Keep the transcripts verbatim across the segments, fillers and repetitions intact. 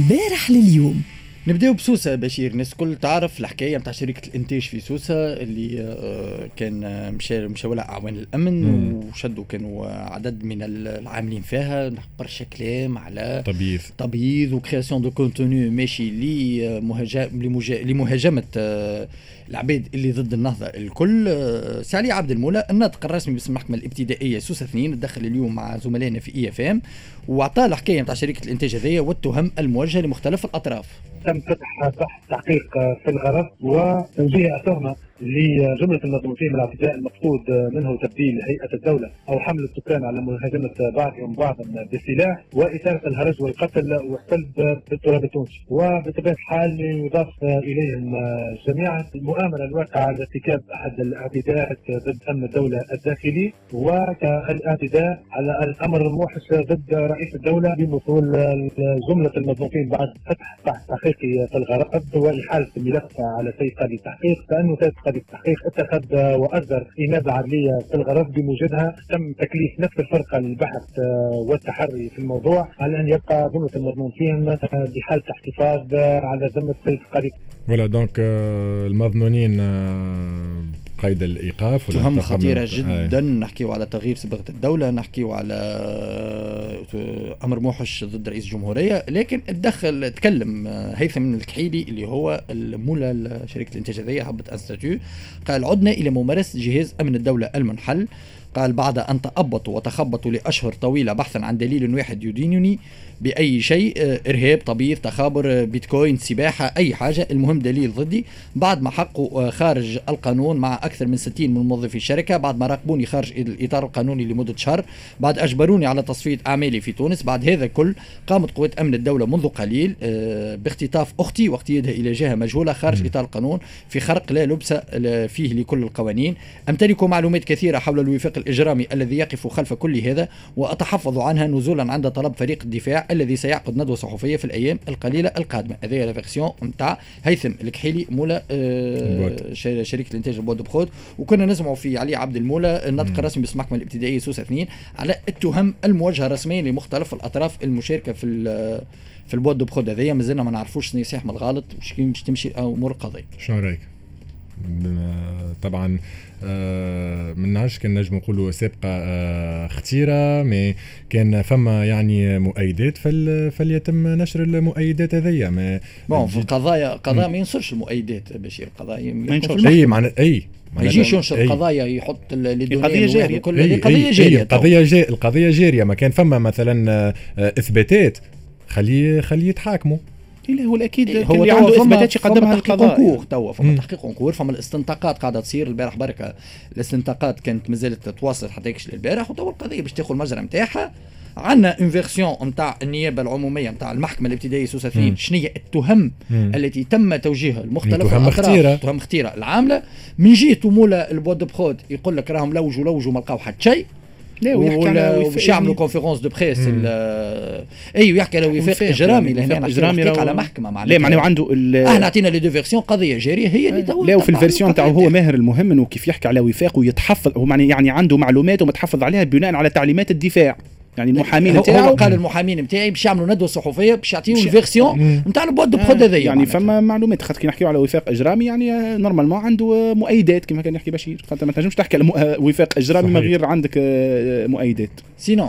البارح لليوم. نبداو بسوسة بشير. الناس كل تعرف الحكايه نتاع شركه الانتاج في سوسة اللي كان مشى مشى ولا اعوان الامن مم. وشدوا كانوا عدد من العاملين فيها برشا كلام على تبييض تبييض وكرياسيون دو كونتوني ماشي لمهاجمه العباد اللي ضد النهضه الكل. سالي عبد المولى الناطق الرسمي باسم المحكمه الابتدائيه سوسة اثنين دخل اليوم مع زملائنا في اي اف ام واعطى الحكايه نتاع شركه الانتاج هذيا والتهم الموجهه لمختلف الاطراف. تم فتح بحث تحقيق في الغرض وتوجيه التهمه لجمله المظلومين من الاعتداء المقصود منه تبديل هيئه الدوله او حمل السكان على مهاجمه بعضهم بعضا بالسلاح واثاره الهرج والقتل والسلب بالتراب التونسي. وبطبيعه الحال يضاف اليهم جميعا المؤامره الواقعه على ارتكاب احد الاعتداءات ضد امن الدوله الداخلي وكالاعتداء على الامر الموحش ضد رئيس الدوله بوصول جمله المظلومين بعد فتح بحث تحقيقي في الغرض واحاله الملف على سيد قاضي التحقيق، لانه سيد قاضي التحقيق اتخذ واصدر انابه عدليه في الغرض بموجبها تم تكليف نفس الفرقه للبحث والتحري في الموضوع على ان يبقى جمله المضمون فيهم بحاله احتفاظ على ذمه سيد قاضي. ولا دونك المظنونين قيد الايقاف تهم خطيره جدا. آه. نحكيو على تغيير صبغه الدوله، نحكيو على امر موحش ضد رئيس الجمهوريه، لكن تدخل تكلم هيثم الكحيلي اللي هو المولى شركه الانتاج هذيا هبط انستاتيو، قال عدنا الى ممارسه جهاز امن الدوله المنحل. قال بعد أن تأبطوا وتخبطوا لأشهر طويلة بحثا عن دليل واحد يدينني بأي شيء، إرهاب، تبييض، تخابر، بيتكوين، سباحة، أي حاجة، المهم دليل ضدي. بعد ما حقوا خارج القانون مع أكثر من ستين من موظفي الشركة، بعد ما راقبوني خارج الإطار القانوني لمدة شهر، بعد أجبروني على تصفية أعمالي في تونس، بعد هذا كل قامت قوات أمن الدولة منذ قليل باختطاف أختي واقتيادها إلى جهة مجهولة خارج إطار القانون في خرق لا لبس فيه لكل القوانين. أمتلك معلومات كثيرة حول الوفاق الإجرامي الذي يقف خلف كل هذا وأتحفظ عنها نزولا عند طلب فريق الدفاع الذي سيعقد ندوة صحفية في الأيام القليلة القادمة. هذه لا فيرسيون نتاع هيثم الكحيلي مولى آه شركة الإنتاج البود بخود. وكنا نسمعوا في علي عبد المولى الناطق الرسمي باسم المحكمة الابتدائية سوسة اثنين على التهم الموجهة رسميا لمختلف الأطراف المشاركة في في البود بخود هذيا. مازلنا ما نعرفوش شنو صحيح من الغلط وش باش تمشي أمور القضية. شنو رأيك؟ طبعا آه من نعرفش كان نجم نقولوا سابقه آه اختيره، ما كان فما يعني مؤيدات فليتم نشر المؤيدات هذيا. ما بون في القضايا قضايا ما ينصرش المؤيدات بشير، القضايا ما ينشرش اي معنى اي ما يجيش ينشر القضايا يحط القضيه جاريه كل هذه قضيه جاريه. القضيه جاريه القضيه جاريه ما كان فما مثلا اثباتات خليه خليه يتحاكموا. اللي هو الاكيد هو اللي عنده اثباتات يقدمها للقضاء. توا فما تحقيق كونكور، فما الاستنطاقات قاعده تصير البارح بركه. الاستنطاقات كانت مازالت تتواصل حتى يكش البارح، وتوا القضيه باش تاخذ المجرى نتاعها. عندنا اون فيرسيون نتاع النيابه العموميه نتاع المحكمه الابتدائيه سوسة اثنين شنو هي التهم مم. التي تم توجيهها المختلف تهم اختيره تهم اختيره العامله من جهه مولا البود بخود يقول لك راهم لوجوا لوجوا ما لقاو حتى شيء. لا ويحكي على باش يعملوا كونفيرونس دو بريس. ايوه يحكي على وفاق اجرامي لهنا اجرامي على محكمه معناتها. لا معناها عنده احنا عطينا لي دو فيرسيون قضيه جاريه هي اللي تو. لا وفي الفيرسيون تاعو هو ماهر المهم انه كيف يحكي على وفاق ويتحفظ هو يعني عنده معلومات ومتحفظ عليها بناء على تعليمات الدفاع. يعني المحامين نتاعو قال المحامين نتاعي باش يعملوا ندوه صحفيه باش يعطيو الفيرسيون نتاع البود بخود هذيا. يعني فما معلومات خاطر كي نحكيو على وفاق اجرامي يعني نورمالمون عنده مؤيدات كما كان يحكي بشير، خاطر ما تنجمش تحكي على وفاق اجرامي ما غير عندك مؤيدات. سينو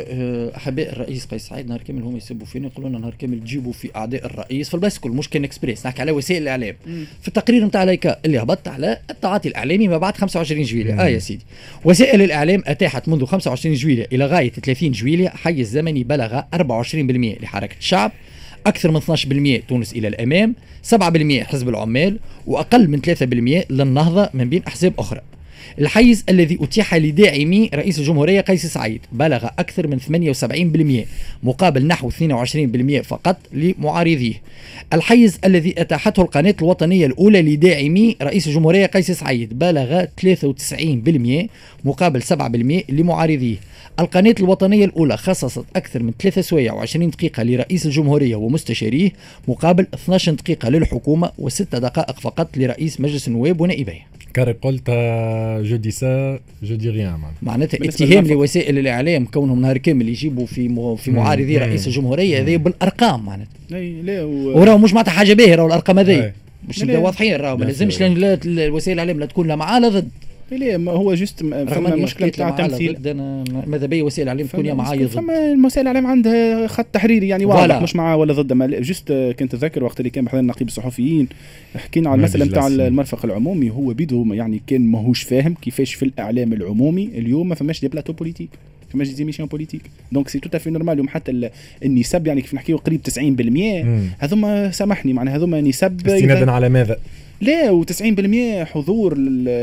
احباء الرئيس قيس سعيد نهار كامل هم يسبوا فينا يقولوا لنا نهار كامل تجيبوا في اعداء الرئيس في الباس كل مش كان اكسبريس. نحكي على وسائل الاعلام مم. في التقرير نتاع لايكا اللي هبط على التعاطي الاعلامي ما بعد خمسة وعشرين جويلية. اه يا سيدي وسائل الاعلام اتاحت منذ خمسة وعشرين جويلية الى غايه ثلاثين جويلية حيز زمني بلغ أربعة وعشرين بالمئة لحركه الشعب، اكثر من اثناش بالمئة تونس الى الامام، سبعة بالمئة حزب العمال، واقل من ثلاثة بالمئة للنهضه من بين احزاب اخرى. الحيز الذي أتيح لداعمي رئيس الجمهورية قيس سعيد بلغ أكثر من ثمانية وسبعين بالمئة مقابل نحو اثنين وعشرين بالمئة فقط لمعارضيه. الحيز الذي أتاحته القناة الوطنية الأولى لداعمي رئيس الجمهورية قيس سعيد بلغ ثلاثة وتسعين بالمئة مقابل سبعة بالمئة لمعارضيه. القناة الوطنية الأولى خصصت أكثر من ثلاثة سوايع وعشرين دقيقة لرئيس الجمهورية ومستشاريه مقابل اثنتي عشرة دقيقة للحكومة وست دقائق فقط لرئيس مجلس النواب ونائبيه. كاري قلت جو دي سا جو دي ريان معناتها اتهام لوسائل الاعلام كونهم نهار كامل يجيبوا في في معارضي رئيس الجمهوريه هذه بالارقام معناتها اي لا وراهو مش معناتها حاجه باهيه راهو الارقام هذه باش نبداو واضحين راهو ما لازمش وسائل الاعلام لا تكون لا معاه لا ضد. لا ما هو جست فما مشكله تاع تمثيل. انا ماذا بيا وسائل الاعلام تكون يا معايا ضد. فما وسائل الاعلام عندها خط تحريري يعني واضح مش معاه ولا ضد. جست كنت ذاكر وقت اللي كان بحضر نقيب الصحفيين حكينا على المساله نتاع المرفق العمومي. هو بيدو يعني كان ماهوش فاهم كيفاش في الاعلام العمومي اليوم ما فماش دي بلاتو بوليتيك فماش دي ميشن بوليتيك دونك سي تو افي نورمال. اليوم حتى النسب يعني كيف نحكيو قريب تسعين بالمئة هذوما سامحني معناها هذوما نسب استنادا على ماذا؟ لا وتسعين بالمئة حضور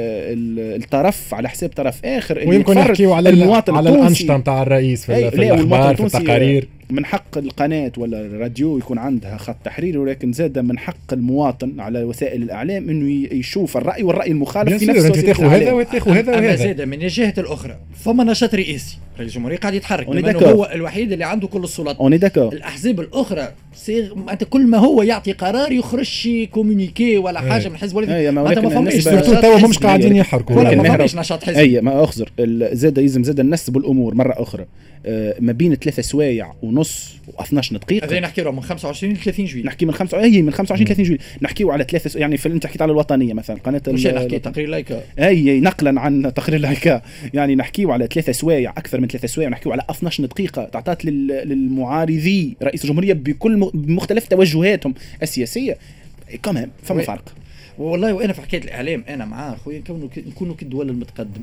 الطرف على حساب طرف اخر. ويمكن نحكيو على المواطن على الانشطه نتاع الرئيس في, في الاخبار في التقارير. من حق القناه ولا الراديو يكون عندها خط تحريري ولكن زاد من حق المواطن على وسائل الاعلام انه يشوف الراي والراي المخالف في نفس الوقت. تاخذ هذا وتاخذ هذا وهذا. زاد من الجهه الاخرى فما نشاط رئيسي رئيس الجمهوريه قاعد يتحرك لانه هو الوحيد اللي عنده كل السلطات. الاحزاب الاخرى انت كل ما هو يعطي قرار يخرج كومونيكي ولا حاجه من الحزب ولا ما فماش سورتو توا همش قاعدين يحركوا ما فماش نشاط حزبي. اي ما اخزر زاد يلزم زاد ننسب الامور مره اخرى ما بين ثلاثة سوايع ونص واثناش دقيقه. هذا نحكيو من خمسة وعشرين ل ثلاثين جويلية. نحكي من خمسة اي من خمسة وعشرين ل ثلاثين جويلية نحكيو على ثلاثه يعني في انت حكيت على الوطنيه مثلا قناه مش نحكي تقرير لايكا اي نقلا عن تقرير لايكا يعني نحكيو على ثلاثه سوايع اكثر من ثلاثه سوايع نحكيو على اثناش دقيقه تعطات للمعارضي رئيس الجمهوريه بكل مختلف توجهاتهم السياسيه. كمان فما فرق والله. وانا في حكايه الاعلام انا معاه خويا نكونوا كالدول المتقدمه.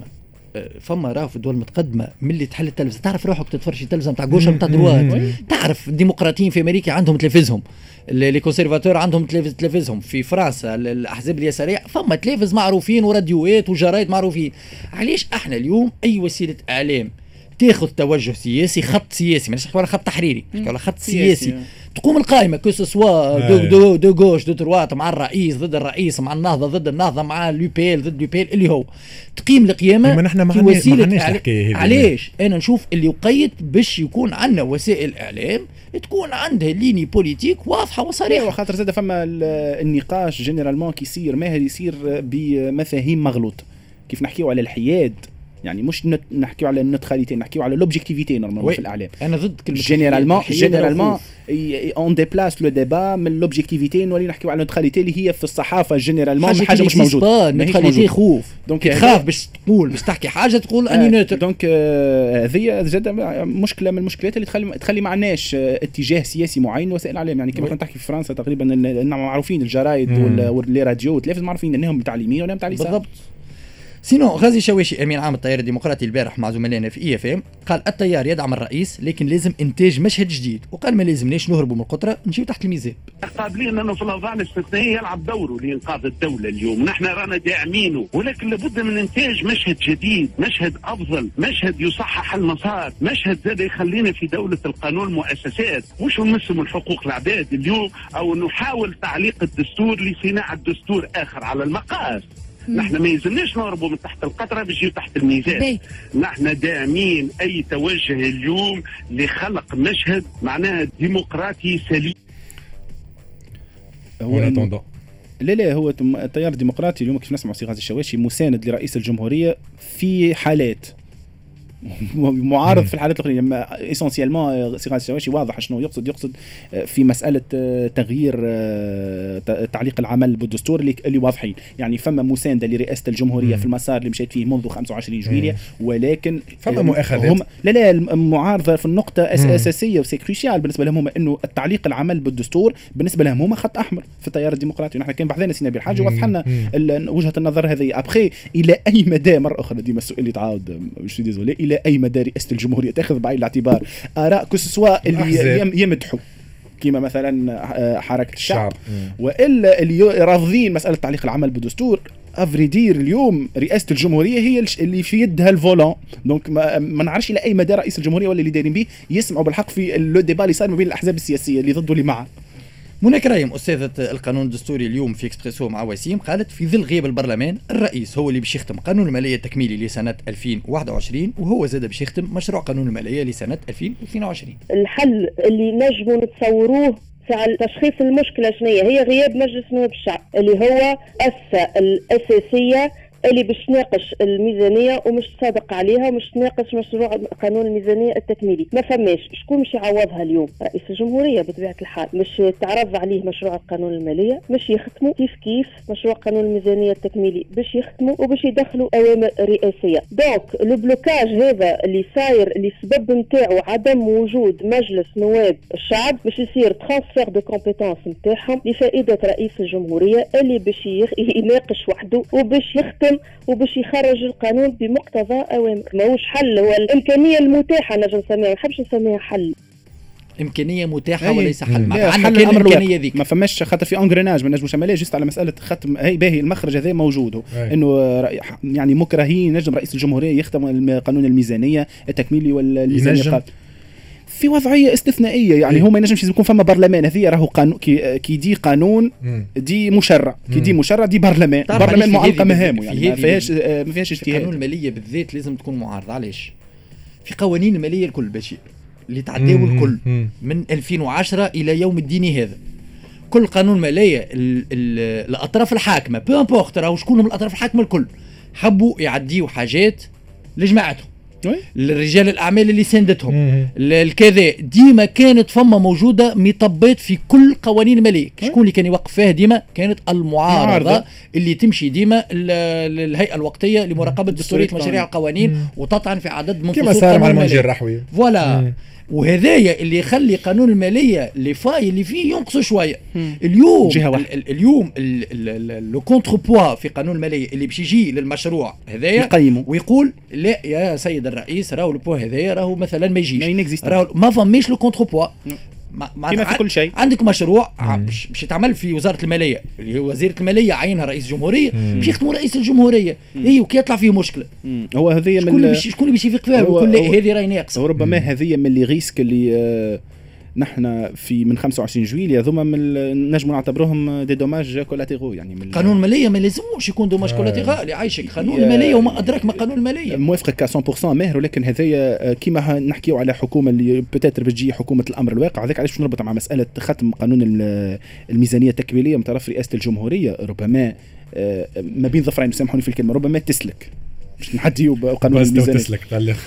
فما راه في الدول المتقدمه ملي تحل التلفزه تعرف روحك تتفرج التلفزه نتاع جوش نتاع دروات. تعرف الديمقراطيين في امريكا عندهم تلفزهم لي كونسيرفاتور عندهم تلفزهم. في فرنسا الاحزاب اليساريه فما تلفز معروفين وراديوات وجرايد معروفين. علاش احنا اليوم اي وسيله اعلام تاخذ توجه سياسي خط سياسي مانيش نحكي على خط تحريري نحكي على خط سياسي, سياسي. تقوم القائمه كو سوا دو دو دو غوش دو تروات مع الرئيس ضد الرئيس مع النهضه ضد النهضه مع لوبيل ضد لوبيل اللي هو تقيم القيامه في وسيله علاش انا نشوف اللي يقيد باش يكون عندنا وسائل اعلام تكون عندها ليني بوليتيك واضحه وصريحه. وخاطر زاد فما النقاش جينيرالمون كيصير ماهر يصير بمفاهيم مغلوطه كيف نحكيو على الحياد يعني مش نحكيو على النوتراليتي نحكيو على لوبجيكتيفيتي نورمالمون في الاعلام. انا ضد كلمه جينيرالمون جينيرالمون اون ديبلاس لو ديبا من لوبجيكتيفيتي نولي نحكيو على النوتراليتي اللي هي في الصحافه جينيرالمون حاجه مش موجوده. النوتراليتي خوف دونك تخاف باش تقول باش تحكي حاجه تقول اني نوتر. دونك هذه زاد مشكله من المشكلات اللي تخلي تخلي ما عندناش اتجاه سياسي معين وسائل الاعلام. يعني كما كنت تحكي في فرنسا تقريبا معروفين الجرايد واللي راديو والتلفزيون معروفين انهم متعلمين ولا متاع اليسار بالضبط. سينو غازي شواشي امين عام التيار الديمقراطي البارح مع زملائنا في اي اف ام قال التيار يدعم الرئيس لكن لازم انتاج مشهد جديد وقال ما لازمناش نهربوا من القطره نجيو تحت الميزان. قابلين انه في الاوضاع الاستثنائيه يلعب دوره لانقاذ الدوله اليوم نحن رانا داعمينه ولكن لابد من انتاج مشهد جديد مشهد افضل مشهد يصحح المسار مشهد زاد يخلينا في دوله القانون مؤسسات مش نمسوا من حقوق العباد اليوم او نحاول تعليق الدستور لصناعه دستور اخر على المقاس. نحن ما يلزمناش نهربوا من تحت القطره باش يجيو تحت الميزان. نحن داعمين اي توجه اليوم لخلق مشهد معناها ديمقراطي سليم. هو لا لا هو التيار الديمقراطي اليوم كيف نسمع سي غازي الشواشي مساند لرئيس الجمهوريه في حالات معارض في الحالات الاخرى. اما ايسونسيالمون سي غازي الشواشي واضح شنو يقصد يقصد في مساله تغيير تعليق العمل بالدستور اللي اللي واضحين. يعني فما مسانده لرئاسه الجمهوريه مم. في المسار اللي مشيت فيه منذ خمسة وعشرين جويلية ولكن فما مؤاخذات. لا لا المعارضه في النقطه اساسيه وسي كروشيال بالنسبه لهم هم انه التعليق العمل بالدستور بالنسبه لهم هم خط احمر في التيار الديمقراطي. ونحن كان بحثنا سينا بالحاجه وضح لنا وجهه النظر هذه. ابخي الى اي مدى مره اخرى ديما السؤال اللي تعاود مش ديزولي الى اي مدى رئاسه الجمهوريه تاخذ بعين الاعتبار اراء كسوا اللي يمدحوا كما مثلا حركه الشعب والا اللي رافضين مساله تعليق العمل بالدستور. افريدير اليوم رئاسه الجمهوريه هي اللي في يدها الفولون. دونك ما, ما نعرفش الى اي مدى رئيس الجمهوريه ولا اللي دايرين به يسمعوا بالحق في لو ديبا اللي صار ما بين الاحزاب السياسيه اللي ضد واللي معه. منى كرايم أستاذة القانون الدستوري اليوم في إكسبريسو مع وسيم قالت في ظل غياب البرلمان الرئيس هو اللي باش يختم قانون المالية التكميلي لسنة ألفين وواحد وعشرين وهو زاد باش يختم مشروع قانون المالية لسنة ألفين واثنين وعشرين. الحل اللي نجموا نتصوروه على تشخيص المشكلة شنية هي غياب مجلس نواب الشعب اللي هو الأساسة الأساسية اللي باش تناقش الميزانيه ومش تصادق عليها ومش تناقش مشروع قانون الميزانيه التكميلي. ما فماش شكون مش يعوضها اليوم؟ رئيس الجمهوريه بطبيعه الحال. مش تعرض عليه مشروع قانون الماليه مش يختموا كيف كيف مشروع قانون الميزانيه التكميلي باش يختموا وباش يدخلوا اوامر رئاسيه. دونك لو بلوكاج هذا اللي صاير اللي السبب نتاعو عدم وجود مجلس نواب الشعب باش يصير ترانسفير دو كومبيتونس نتاعهم لفائده رئيس الجمهوريه اللي باش يناقش وحده وباش يختم وباش يخرج القانون بمقتضى اوامر. ماهوش حل، هو الامكانيه المتاحه نجم نسميها، ما نحبش نسميها حل. امكانيه متاحه وليس حل. مع عندنا كان الامكانيه ذيك ما فماش خاطر في انغريناج ما نجموش عمليه جست على مساله ختم. هي باهي المخرج هذا موجود انه يعني مكرهين نجم رئيس الجمهوريه يختم قانون الميزانيه التكميلي والميزانيه في وضعيه استثنائيه. يعني هو ما ينجمش يكون فما برلمان. هذه راهو قانون كي, كي دي قانون دي مشرع كي دي مشرع دي برلمان برلمان معلقه مهامه يعني ما فيهاش ما فيهاش اجتهاد. القانون الماليه بالذات لازم تكون معارضه. علاش؟ في قوانين الماليه الكل بشيء اللي تعداو الكل من ألفين وعشرة الى يوم الدين هذا كل قانون ماليه الاطراف الحاكمه بو امبورت راهو شكون من الاطراف الحاكمه الكل حبوا يعديوا حاجات لجماعتهم الرجال الاعمال اللي ساندتهم الكذا ديما كانت فما موجوده مطبات في كل قوانين الماليه. شكون اللي كان يوقف فيها ديما؟ كانت المعارضه معارضة. اللي تمشي ديما الهيئه الوقتيه لمراقبه دستوريه مشاريع القوانين وتطعن في عدد من كما صار مع المنجر الرحوي فوالا. وهذايا اللي يخلي قانون الماليه اللي فاي اللي فيه ينقص شويه. اليوم ال اليوم لو كونتر بوا في قانون الماليه اللي باش يجي للمشروع هذايا ويقول لا يا سيد الرئيس راهو البوا هذايا راهو مثلا ما يجيش راهو ما فماش لو كونتر بوا كما في كل شيء. عندك مشروع باش يتعمل في وزاره الماليه اللي هو وزيره الماليه عينها رئيس الجمهوريه باش يختموا رئيس الجمهوريه. اي وكي يطلع فيه مشكله هو هذه شكون اللي باش شكون اللي باش يفيق فيها ويقول هذه راهي ناقصه. وربما هذه من اللي ريسك اللي آه نحن في من خمسة وعشرين جويلية ذوما من نجم نعتبروهم دي دوماج كولاتيرو. يعني من قانون الماليه ما لازموش يكون دوماج آه كولاتيرو اللي عايشك قانون الماليه وما ادراك ما قانون الماليه. موافقك مية بالمية ماهر. ولكن هذايا كيما نحكيو على حكومه اللي بتاتر بتجي حكومه الامر الواقع هذاك علاش نربط مع مساله ختم قانون الميزانيه التكميليه من طرف رئاسه الجمهوريه. ربما ما بين ظفرين سامحوني في الكلمه ربما تسلك باش نحديو بقانون الميزانيه تسلك.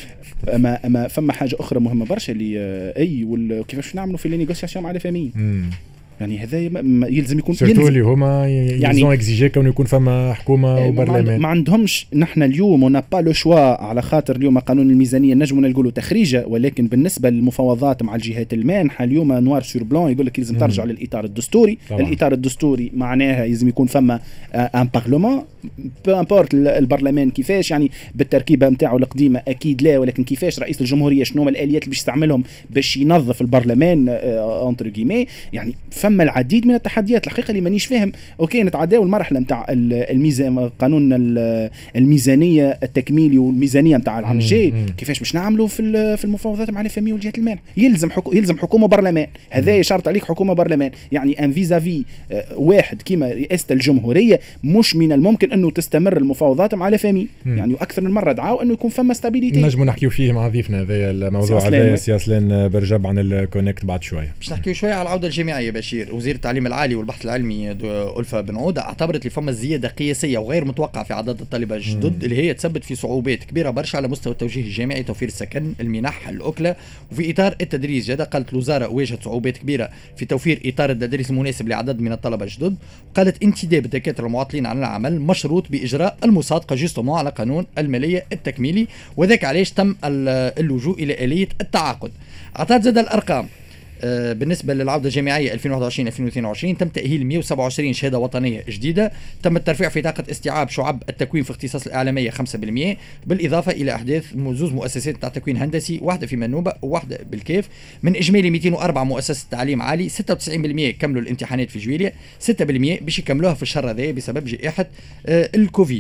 اما اما فما حاجه اخرى مهمه برشا اللي اي وكيفاش نعملوا في لي نيغوسياسيون مع الفامي. يعني هذا يلزم يكون سيرتو اللي هما يعني اكزيجي كون يكون فما حكومه وبرلمان. ما عندهمش. نحن اليوم ونا با لو شوا على خاطر اليوم قانون الميزانيه نجموا نقولوا تخريجه. ولكن بالنسبه للمفاوضات مع الجهات المانحه اليوم نوار سور بلون يقول لك لازم ترجع للاطار الدستوري. طبعا. الاطار الدستوري معناها لازم يكون فما ان بارلمان بو امبورت البرلمان كيفاش يعني بالتركيبه نتاعو القديمه اكيد لا. ولكن كيفاش رئيس الجمهوريه شنو هما الاليات اللي باش يستعملهم باش ينظف البرلمان اونتر كيمي. يعني فما العديد من التحديات الحقيقه اللي مانيش فاهم. اوكي نتعداو المرحله نتاع الميزان قانون الميزانيه التكميلي والميزانيه نتاع العام الجاي كيفاش باش نعملوا في في المفاوضات مع الفامي والجهات المانحه. يلزم حكو يلزم حكومه برلمان. هذا شرط عليك حكومه برلمان. يعني ان فيزافي واحد كيما رئاسه الجمهوريه مش من الممكن انه تستمر المفاوضات مع الفامي. يعني اكثر من مره دعاوا انه يكون فما ستابيليتي. نجموا نحكيو فيه مع ضيفنا هذا الموضوع هذا سي اسلان برجب عن الكونكت بعد شويه. باش نحكيو شويه على العوده الجامعيه. بشير وزير التعليم العالي والبحث العلمي ألفا بن عودة اعتبرت لي فما زياده قياسيه وغير متوقعه في عدد الطلبه الجدد اللي هي تسبب في صعوبات كبيره برشا على مستوى التوجيه الجامعي توفير السكن المنح الاكله. وفي اطار التدريس جدا قالت الوزاره واجهت صعوبات كبيره في توفير اطار التدريس المناسب لعدد من الطلبه الجدد. وقالت انتداب الدكاتره المعطلين عن العمل مشروط باجراء المصادقه جوستومون على قانون الماليه التكميلي وذاك علاش تم اللجوء الى اليه التعاقد. اعطت زاد الارقام بالنسبه للعوده الجامعيه ألفين وواحد وعشرين ألفين واثنين وعشرين تم تاهيل مئة وسبعة وعشرين شهاده وطنيه جديده. تم الترفيع في طاقه استيعاب شعب التكوين في اختصاص الاعلاميه خمسة بالمئة بالاضافه الى احداث زوج مؤسسات تاع تكوين هندسي واحده في منوبه وواحده بالكيف. من اجمالي مئتين وأربعة مؤسسات تعليم عالي ستة وتسعين بالمئة كملوا الامتحانات في جويلية ستة بالمئة باش يكملوها في الشهر هذا بسبب جائحه آه الكوفيد.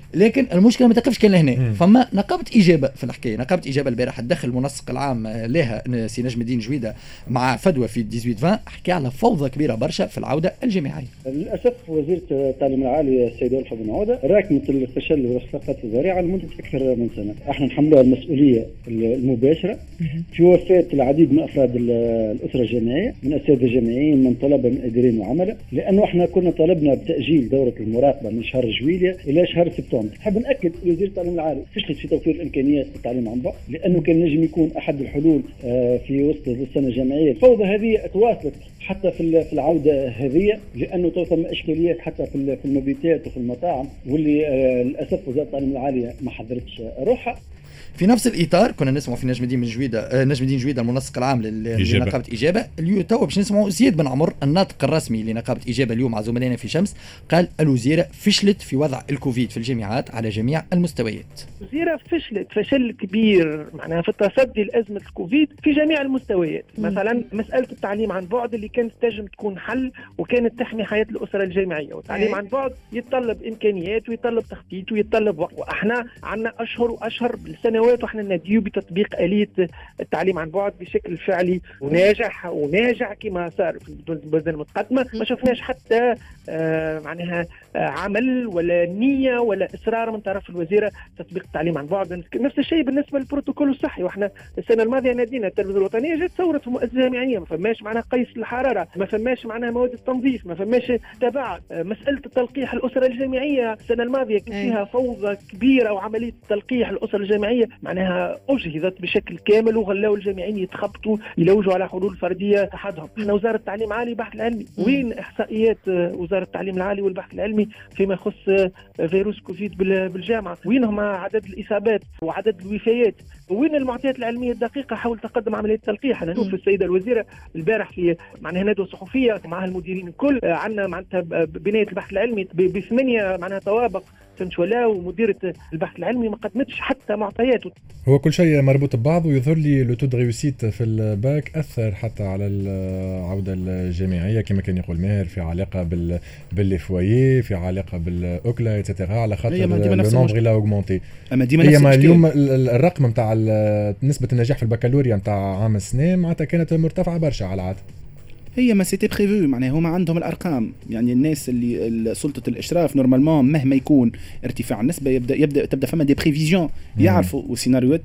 لكن المشكله ما تقفش كان لهنا، فما نقابه اجابه في الحكايه. نقابه اجابه البارح تدخل المنسق العام لها سي نجم الدين جويده مع فدوى في ثمانية عشر حكى على فوضى كبيره برشا في العوده الجامعيه. للاسف وزيره التعليم العالي السيده ولفه بن عوده راكمت الفشل والاخفاقات الذريعه لمده اكثر من سنه. احنا نحملها المسؤوليه المباشره في وفاه العديد من افراد الاسره الجامعيه من اساتذه جامعيين من طلبه من اداريين وعملاء، لانه احنا كنا طالبنا بتاجيل دوره المراقبه من شهر جويلية الى شهر سبتمبر. نحب ناكد وزيره التعليم العالي فشلت في توفير الامكانيات للتعليم عن بعد، لانه كان نجم يكون احد الحلول في وسط السنه الجامعيه. الفوضى هذه تواصلت حتى في في العوده هذه، لانه ثم اشكاليات حتى في في المبيتات وفي المطاعم، واللي للاسف وزاره التعليم العالي ما حضرتش روحها. في نفس الاطار كنا نسمعوا في نجم الدين من جويده نجم الدين جويده المنسق العام لنقابه اجابه. اليوم توا باش نسمعوا زياد بن عمر الناطق الرسمي لنقابه اجابه اليوم مع زملائنا في شمس. قال الوزيره فشلت في وضع الكوفيد في الجامعات على جميع المستويات. الوزيره فشلت فشل كبير معناها في التصدي لازمه الكوفيد في جميع المستويات. مثلا مساله التعليم عن بعد اللي كانت تنجم تكون حل وكانت تحمي حياه الاسره الجامعيه، والتعليم عن بعد يتطلب امكانيات ويتطلب تخطيط ويتطلب وقت، واحنا عندنا اشهر واشهر بالسنوات واحنا نديو بتطبيق آلية التعليم عن بعد بشكل فعلي وناجح وناجع كما صار في البلدان المتقدمه. ما شفناش حتى آه معناها آه عمل ولا نيه ولا اصرار من طرف الوزيره تطبيق التعليم عن بعد. نفس الشيء بالنسبه للبروتوكول الصحي، واحنا السنه الماضيه نادينا التلفزه الوطنيه جات ثورت في مؤسسه جامعيه، ما فماش معناها قيس الحراره، ما فماش معناها مواد التنظيف، ما فماش تباعد. آه مساله التلقيح الاسره الجامعيه السنه الماضيه كان فيها فوضى كبيره، وعمليه تلقيح الاسره الجامعيه معناها اجهزت بشكل كامل، وغلاو الجامعيين يتخبطوا يلوجوا على حلول فرديه تحدهم. احنا وزاره التعليم العالي والبحث العلمي، وين احصائيات وزاره التعليم العالي والبحث العلمي فيما يخص فيروس كوفيد بالجامعه؟ وينهم عدد الاصابات وعدد الوفيات؟ وين المعطيات العلميه الدقيقه حول تقدم عمليه التلقيح؟ انا نشوف السيده الوزيره البارح في معناها ندوه صحفيه مع المديرين الكل، عندنا معناتها بنايه البحث العلمي بثمانيه معناها طوابق سنشولا، ومديرة البحث العلمي ما قدمتش حتى معطياته. هو كل شيء مربوط ببعض، ويظهر لي لو تو دو ريوسيت في الباك اثر حتى على العوده الجامعيه كما كان يقول ماهر، في علاقه بال بالفوايي، في علاقه بالاكله ايتترا، على خاطر لو نومبر الى اوغمونتي. اما ديما نفس اليوم الرقم نتاع نسبه النجاح في البكالوريا نتاع عام السنه معناتها كانت مرتفعه برشا على العاده. هي ما سيتي بريفو، معناها هما عندهم الارقام، يعني الناس اللي سلطه الاشراف نورمالمون مهما يكون ارتفاع النسبه يبدا يبدا تبدا فما دي بريفيزيون يعرفوا وسيناريوهات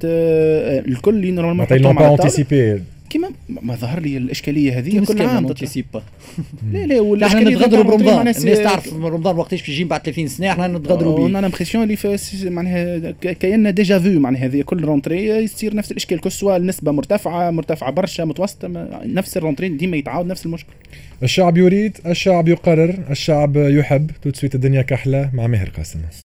الكل اللي نورمالمون يحطوهم على الطاوله كيما ما ظهر لي الاشكاليه هذه كل عام تتسيبا. لا لا ولا احنا نتغدروا برمضان، الناس تعرف رمضان وقتاش بيجي بعد ثلاثين سنه، احنا نتغدروا به. انا امبرسيون اللي في معناها كايننا ديجا فيو، معناها هذه كل رونتري يصير نفس الاشكال، كل سوا النسبه مرتفعه مرتفعه برشا متوسطه، نفس الرونتري ديما يتعاود نفس المشكل. الشعب يريد، الشعب يقرر، الشعب يحب. تو تسويت الدنيا كحله مع ماهر قاسم.